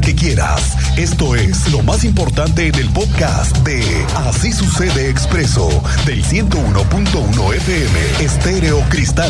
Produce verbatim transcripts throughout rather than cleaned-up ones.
que quieras. Esto es lo más importante en el podcast de Así Sucede Expreso del ciento uno punto uno F M Estéreo Cristal.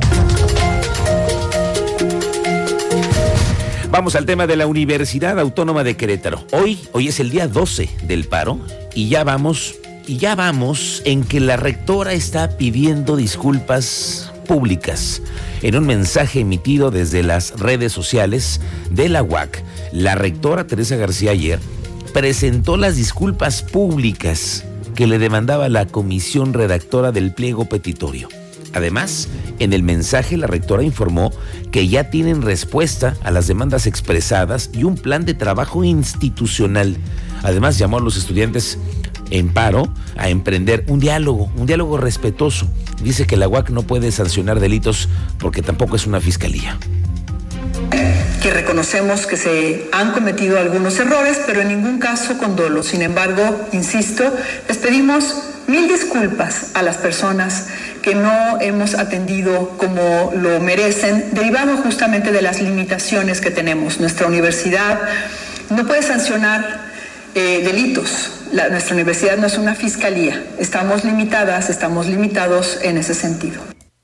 Vamos al tema de la Universidad Autónoma de Querétaro. Hoy, hoy es el día doce del paro y ya vamos, y ya vamos en que la rectora está pidiendo disculpas públicas. En un mensaje emitido desde las redes sociales de la U A C, la rectora Teresa García ayer presentó las disculpas públicas que le demandaba la comisión redactora del pliego petitorio. Además, en el mensaje la rectora informó que ya tienen respuesta a las demandas expresadas y un plan de trabajo institucional. Además, llamó a los estudiantes en paro a emprender un diálogo, un diálogo respetuoso. Dice que la U A C no puede sancionar delitos porque tampoco es una fiscalía. Que reconocemos que se han cometido algunos errores, pero en ningún caso con dolo. Sin embargo, insisto, les pedimos mil disculpas a las personas que no hemos atendido como lo merecen, derivado justamente de las limitaciones que tenemos. Nuestra universidad no puede sancionar eh, delitos. La, nuestra universidad no es una fiscalía. Estamos limitadas, estamos limitados en ese sentido.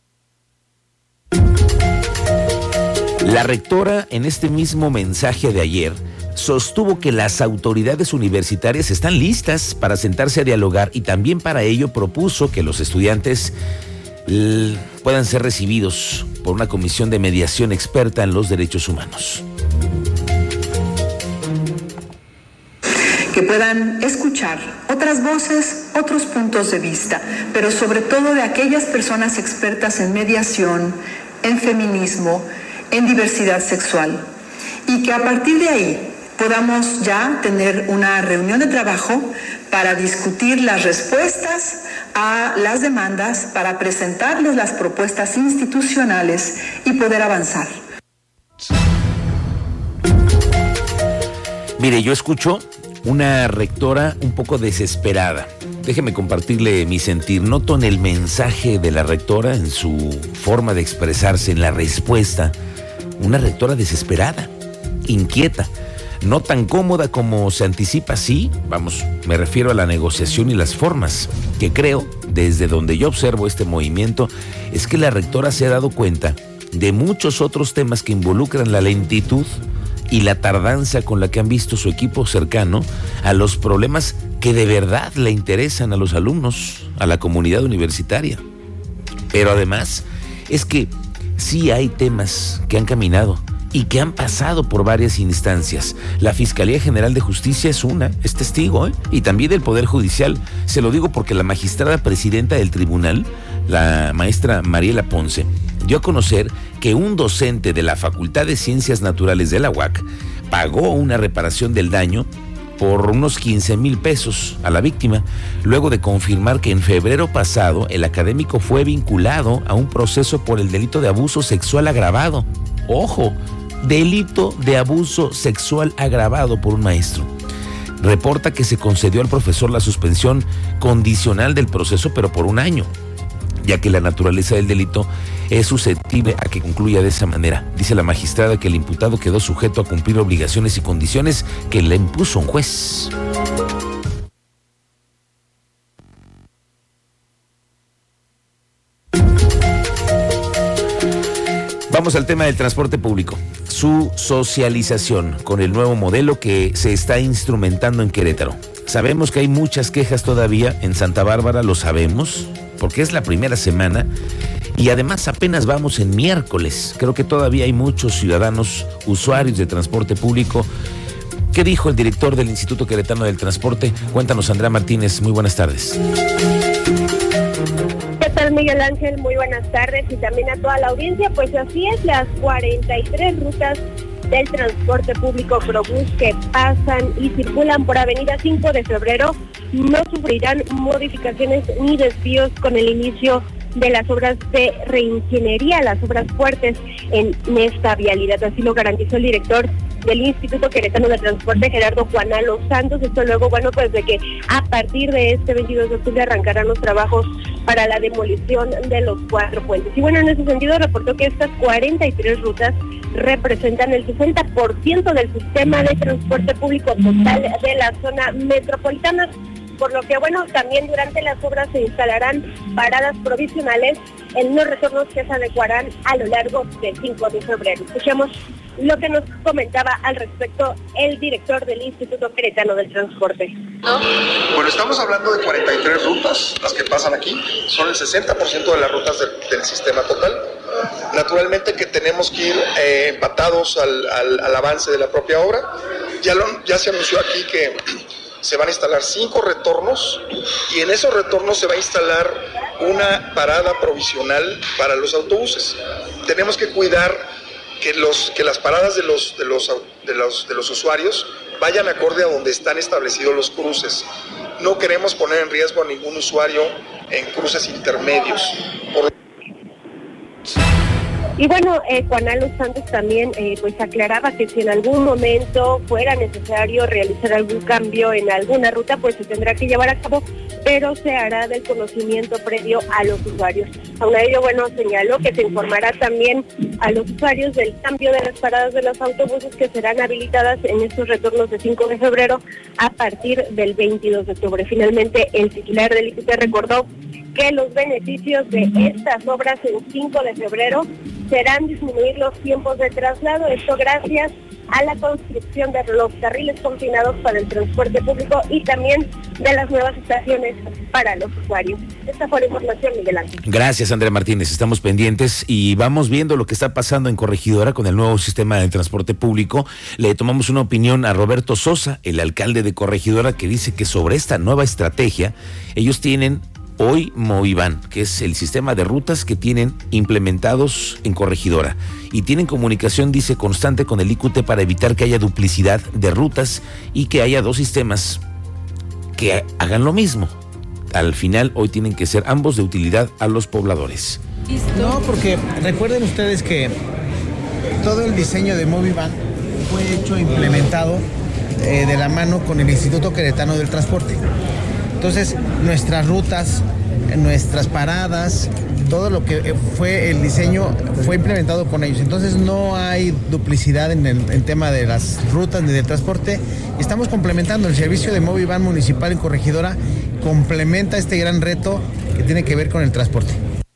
La rectora, en este mismo mensaje de ayer, sostuvo que las autoridades universitarias están listas para sentarse a dialogar y también para ello propuso que los estudiantes l- puedan ser recibidos por una comisión de mediación experta en los derechos humanos. Que puedan escuchar otras voces, otros puntos de vista, pero sobre todo de aquellas personas expertas en mediación, en feminismo, en diversidad sexual, y que a partir de ahí podamos ya tener una reunión de trabajo para discutir las respuestas a las demandas, para presentarles las propuestas institucionales y poder avanzar. Mire, yo escucho una rectora un poco desesperada. Déjeme compartirle mi sentir. Noto en el mensaje de la rectora, en su forma de expresarse, en la respuesta, una rectora desesperada, inquieta, no tan cómoda como se anticipa, sí, vamos, me refiero a la negociación y las formas, que creo, desde donde yo observo este movimiento, es que la rectora se ha dado cuenta de muchos otros temas que involucran la lentitud y la tardanza con la que han visto su equipo cercano a los problemas que de verdad le interesan a los alumnos, a la comunidad universitaria. Pero además, es que sí hay temas que han caminado y que han pasado por varias instancias. La Fiscalía General de Justicia es una, es testigo, ¿eh? Y también el Poder Judicial. Se lo digo porque la magistrada presidenta del tribunal, la maestra Mariela Ponce, dio a conocer que un docente de la Facultad de Ciencias Naturales de la U A C pagó una reparación del daño por unos quince mil pesos a la víctima, luego de confirmar que en febrero pasado el académico fue vinculado a un proceso por el delito de abuso sexual agravado. ¡Ojo! Delito de abuso sexual agravado por un maestro. Reporta que se concedió al profesor la suspensión condicional del proceso, pero por un año, ya que la naturaleza del delito es susceptible a que concluya de esa manera. Dice la magistrada que el imputado quedó sujeto a cumplir obligaciones y condiciones que le impuso un juez. Vamos al tema del transporte público, su socialización con el nuevo modelo que se está instrumentando en Querétaro. Sabemos que hay muchas quejas todavía en Santa Bárbara, lo sabemos, porque es la primera semana y además apenas vamos en miércoles. Creo que todavía hay muchos ciudadanos usuarios de transporte público. ¿Qué dijo el director del Instituto Queretano del Transporte? Cuéntanos, Andrea Martínez, muy buenas tardes. ¿Qué tal, Miguel Ángel? Muy buenas tardes y también a toda la audiencia. Pues así es, las cuarenta y tres rutas del transporte público Probús que pasan y circulan por Avenida cinco de febrero no sufrirán modificaciones ni desvíos con el inicio de las obras de reingeniería, las obras fuertes en esta vialidad. Así lo garantizó el director del Instituto Queretano de Transporte, Gerardo Juanalo Santos. Esto luego, bueno, pues de que a partir de este veintidós de octubre arrancarán los trabajos para la demolición de los cuatro puentes. Y bueno, en ese sentido reportó que estas cuarenta y tres rutas representan el sesenta por ciento del sistema de transporte público total de la zona metropolitana, por lo que, bueno, también durante las obras se instalarán paradas provisionales en los retornos que se adecuarán a lo largo del cinco de febrero. Escuchemos lo que nos comentaba al respecto el director del Instituto Queretano del Transporte. Bueno, estamos hablando de cuarenta y tres rutas, las que pasan aquí, son el sesenta por ciento de las rutas del, del sistema total. Naturalmente que tenemos que ir eh, empatados al, al, al avance de la propia obra. Ya, lo, ya se anunció aquí que se van a instalar cinco retornos y en esos retornos se va a instalar una parada provisional para los autobuses. Tenemos que cuidar que los que las paradas de los de los de los de los usuarios vayan acorde a donde están establecidos los cruces. No queremos poner en riesgo a ningún usuario en cruces intermedios. Por... Y bueno, eh, Juanalo Santos también eh, pues aclaraba que si en algún momento fuera necesario realizar algún cambio en alguna ruta, pues se tendrá que llevar a cabo, pero se hará del conocimiento previo a los usuarios. Aún a ello, bueno, señaló que se informará también a los usuarios del cambio de las paradas de los autobuses que serán habilitadas en estos retornos de cinco de febrero a partir del veintidós de octubre. Finalmente, el titular del I C T recordó que los beneficios de estas obras en cinco de febrero serán disminuir los tiempos de traslado, esto gracias a la construcción de los carriles confinados para el transporte público y también de las nuevas estaciones para los usuarios. Esta fue la información, Miguel Ángel. Gracias, Andrea Martínez. Estamos pendientes y vamos viendo lo que está pasando en Corregidora con el nuevo sistema de transporte público. Le tomamos una opinión a Roberto Sosa, el alcalde de Corregidora, que dice que sobre esta nueva estrategia, ellos tienen hoy Movivan, que es el sistema de rutas que tienen implementados en Corregidora y tienen comunicación, dice, constante con el I Q T para evitar que haya duplicidad de rutas y que haya dos sistemas que hagan lo mismo. Al final, hoy tienen que ser ambos de utilidad a los pobladores. No, porque recuerden ustedes que todo el diseño de Movivan fue hecho e implementado eh, de la mano con el Instituto Queretano del Transporte. Entonces, nuestras rutas, nuestras paradas, todo lo que fue el diseño fue implementado con ellos. Entonces, no hay duplicidad en el en tema de las rutas ni del transporte. Estamos complementando el servicio de Movivan municipal en Corregidora, complementa este gran reto que tiene que ver con el transporte.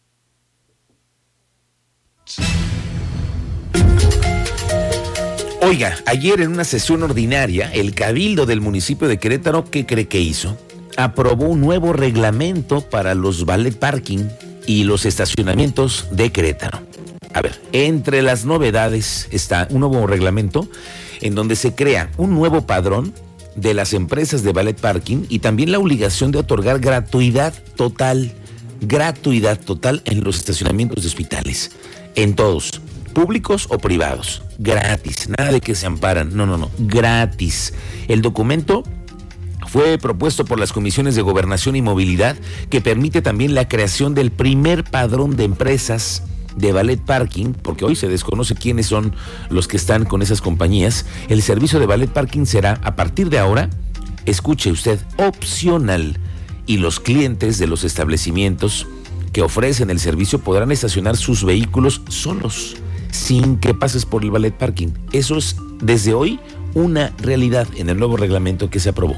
Oiga, ayer en una sesión ordinaria, el Cabildo del municipio de Querétaro, ¿qué cree que hizo? Aprobó un nuevo reglamento para los valet parking y los estacionamientos de Querétaro. A ver, entre las novedades está un nuevo reglamento en donde se crea un nuevo padrón de las empresas de valet parking y también la obligación de otorgar gratuidad total, gratuidad total en los estacionamientos de hospitales, en todos, públicos o privados, gratis, nada de que se amparan, no, no, no, gratis. El documento fue propuesto por las comisiones de Gobernación y Movilidad, que permite también la creación del primer padrón de empresas de valet parking, porque hoy se desconoce quiénes son los que están con esas compañías. El servicio de valet parking será, a partir de ahora, escuche usted, opcional, y los clientes de los establecimientos que ofrecen el servicio podrán estacionar sus vehículos solos, sin que pases por el valet parking. Eso es, desde hoy, una realidad en el nuevo reglamento que se aprobó.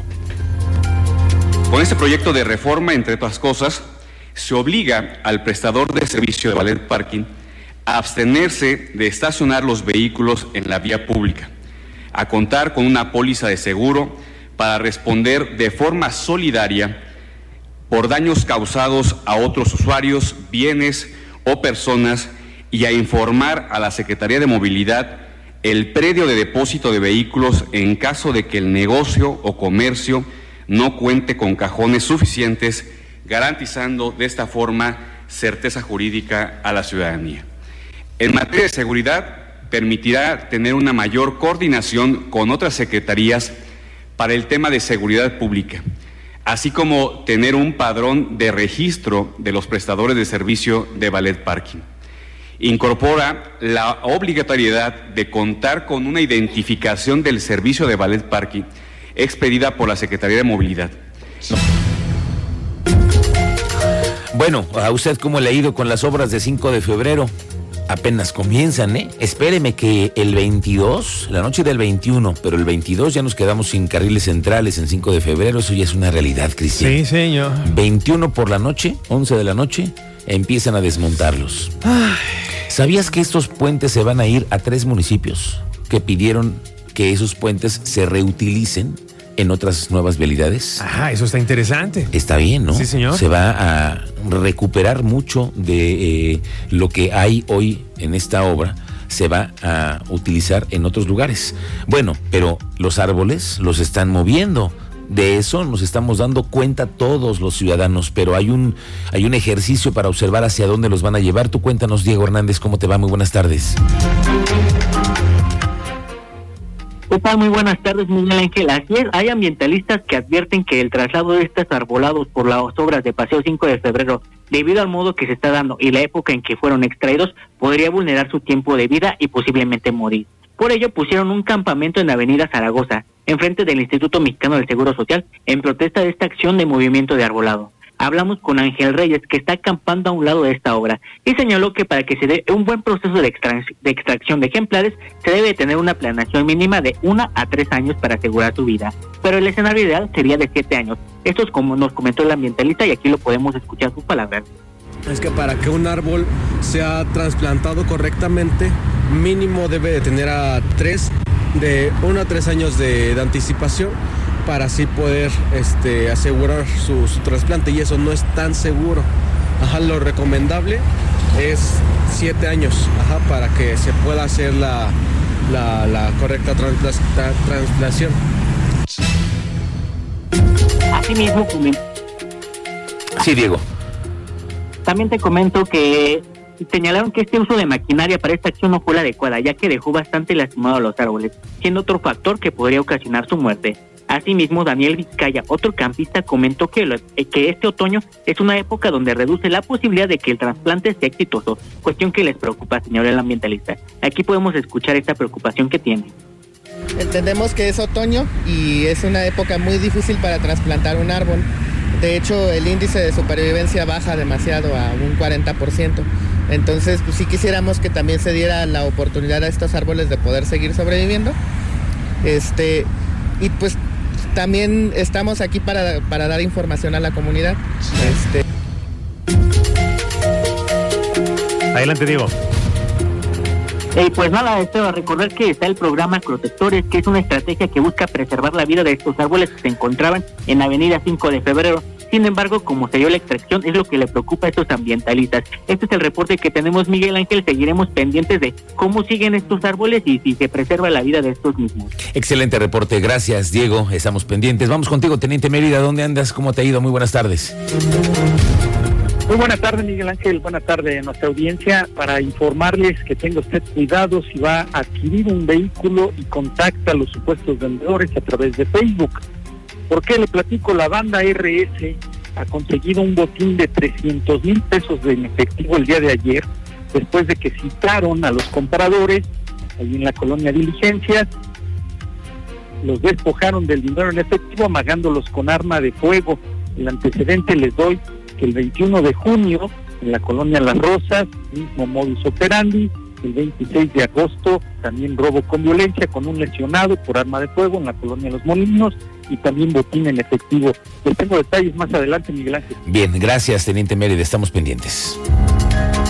Con este proyecto de reforma, entre otras cosas, se obliga al prestador de servicio de valet parking a abstenerse de estacionar los vehículos en la vía pública, a contar con una póliza de seguro para responder de forma solidaria por daños causados a otros usuarios, bienes o personas y a informar a la Secretaría de Movilidad el predio de depósito de vehículos en caso de que el negocio o comercio no cuente con cajones suficientes, garantizando de esta forma certeza jurídica a la ciudadanía. En materia de seguridad, permitirá tener una mayor coordinación con otras secretarías para el tema de seguridad pública, así como tener un padrón de registro de los prestadores de servicio de valet parking. incorpora la obligatoriedad de contar con una identificación del servicio de valet parking expedida por la Secretaría de Movilidad. Bueno, ¿a usted cómo le ha ido con las obras de cinco de febrero? Apenas comienzan, ¿eh? Espéreme que el veintidós, la noche del veintiuno, pero el veintidós ya nos quedamos sin carriles centrales en cinco de febrero, eso ya es una realidad, Cristian. Sí, señor. veintiuno por la noche, once de la noche, empiezan a desmontarlos. Ay. ¿Sabías que estos puentes se van a ir a tres municipios que pidieron que esos puentes se reutilicen en otras nuevas vialidades? Ah, eso está interesante. Está bien, ¿no? Sí, señor. Se va a recuperar mucho de eh, lo que hay hoy en esta obra, se va a utilizar en otros lugares. Bueno, pero los árboles los están moviendo. De eso nos estamos dando cuenta todos los ciudadanos, pero hay un, hay un ejercicio para observar hacia dónde los van a llevar. Tú cuéntanos, Diego Hernández, ¿cómo te va? Muy buenas tardes. ¿Qué tal? Muy buenas tardes, Miguel Ángel. Así es, hay ambientalistas que advierten que el traslado de estos arbolados por las obras de Paseo cinco de febrero, debido al modo que se está dando y la época en que fueron extraídos, podría vulnerar su tiempo de vida y posiblemente morir. Por ello pusieron un campamento en la avenida Zaragoza, enfrente del Instituto Mexicano del Seguro Social, en protesta de esta acción de movimiento de arbolado. Hablamos con Ángel Reyes, que está acampando a un lado de esta obra, y señaló que para que se dé un buen proceso de, extra- de extracción de ejemplares, se debe tener una planeación mínima de una a tres años para asegurar su vida, pero el escenario ideal sería de siete años. Esto es como nos comentó el ambientalista, y aquí lo podemos escuchar sus palabras. Es que para que un árbol sea trasplantado correctamente, mínimo debe de tener a tres, de uno a tres años de, de anticipación, para así poder este, asegurar su, su trasplante, y eso no es tan seguro. Ajá, lo recomendable es siete años, ajá, para que se pueda hacer la, la, la correcta transpla- tra- transplantación. Asimismo, sí, Diego. También te comento que señalaron que este uso de maquinaria para esta acción no fue la adecuada, ya que dejó bastante lastimado a los árboles, siendo otro factor que podría ocasionar su muerte. Asimismo, Daniel Vizcaya, otro campista, comentó que, lo, que este otoño es una época donde reduce la posibilidad de que el trasplante sea exitoso, cuestión que les preocupa, señor el ambientalista. Aquí podemos escuchar esta preocupación que tiene. Entendemos que es otoño y es una época muy difícil para trasplantar un árbol. De hecho, el índice de supervivencia baja demasiado a un cuarenta por ciento. Entonces, pues sí quisiéramos que también se diera la oportunidad a estos árboles de poder seguir sobreviviendo. Este, y pues también estamos aquí para, para dar información a la comunidad. Este... Adelante, Diego. Eh, pues nada, esto a recordar que está el programa Protectores, que es una estrategia que busca preservar la vida de estos árboles que se encontraban en la avenida cinco de febrero. Sin embargo, como se dio la extracción, es lo que le preocupa a estos ambientalistas. Este es el reporte que tenemos, Miguel Ángel. Seguiremos pendientes de cómo siguen estos árboles y si se preserva la vida de estos mismos. Excelente reporte, gracias, Diego. Estamos pendientes. Vamos contigo, Teniente Mérida. ¿Dónde andas? ¿Cómo te ha ido? Muy buenas tardes. Muy buenas tardes, Miguel Ángel. Buenas tardes a nuestra audiencia. Para informarles que tenga usted cuidado si va a adquirir un vehículo y contacta a los supuestos vendedores a través de Facebook. ¿Por qué le platico? La banda R S ha conseguido un botín de trescientos mil pesos en efectivo el día de ayer, después de que citaron a los compradores ahí en la colonia Diligencias, los despojaron del dinero en efectivo amagándolos con arma de fuego. El antecedente les doy que el veintiuno de junio en la colonia Las Rosas, mismo modus operandi. El veintiséis de agosto también robo con violencia con un lesionado por arma de fuego en la colonia Los Molinos, y también botín en efectivo. Les tengo detalles más adelante, Miguel Ángel. Bien, gracias, Teniente Mérida. Estamos pendientes.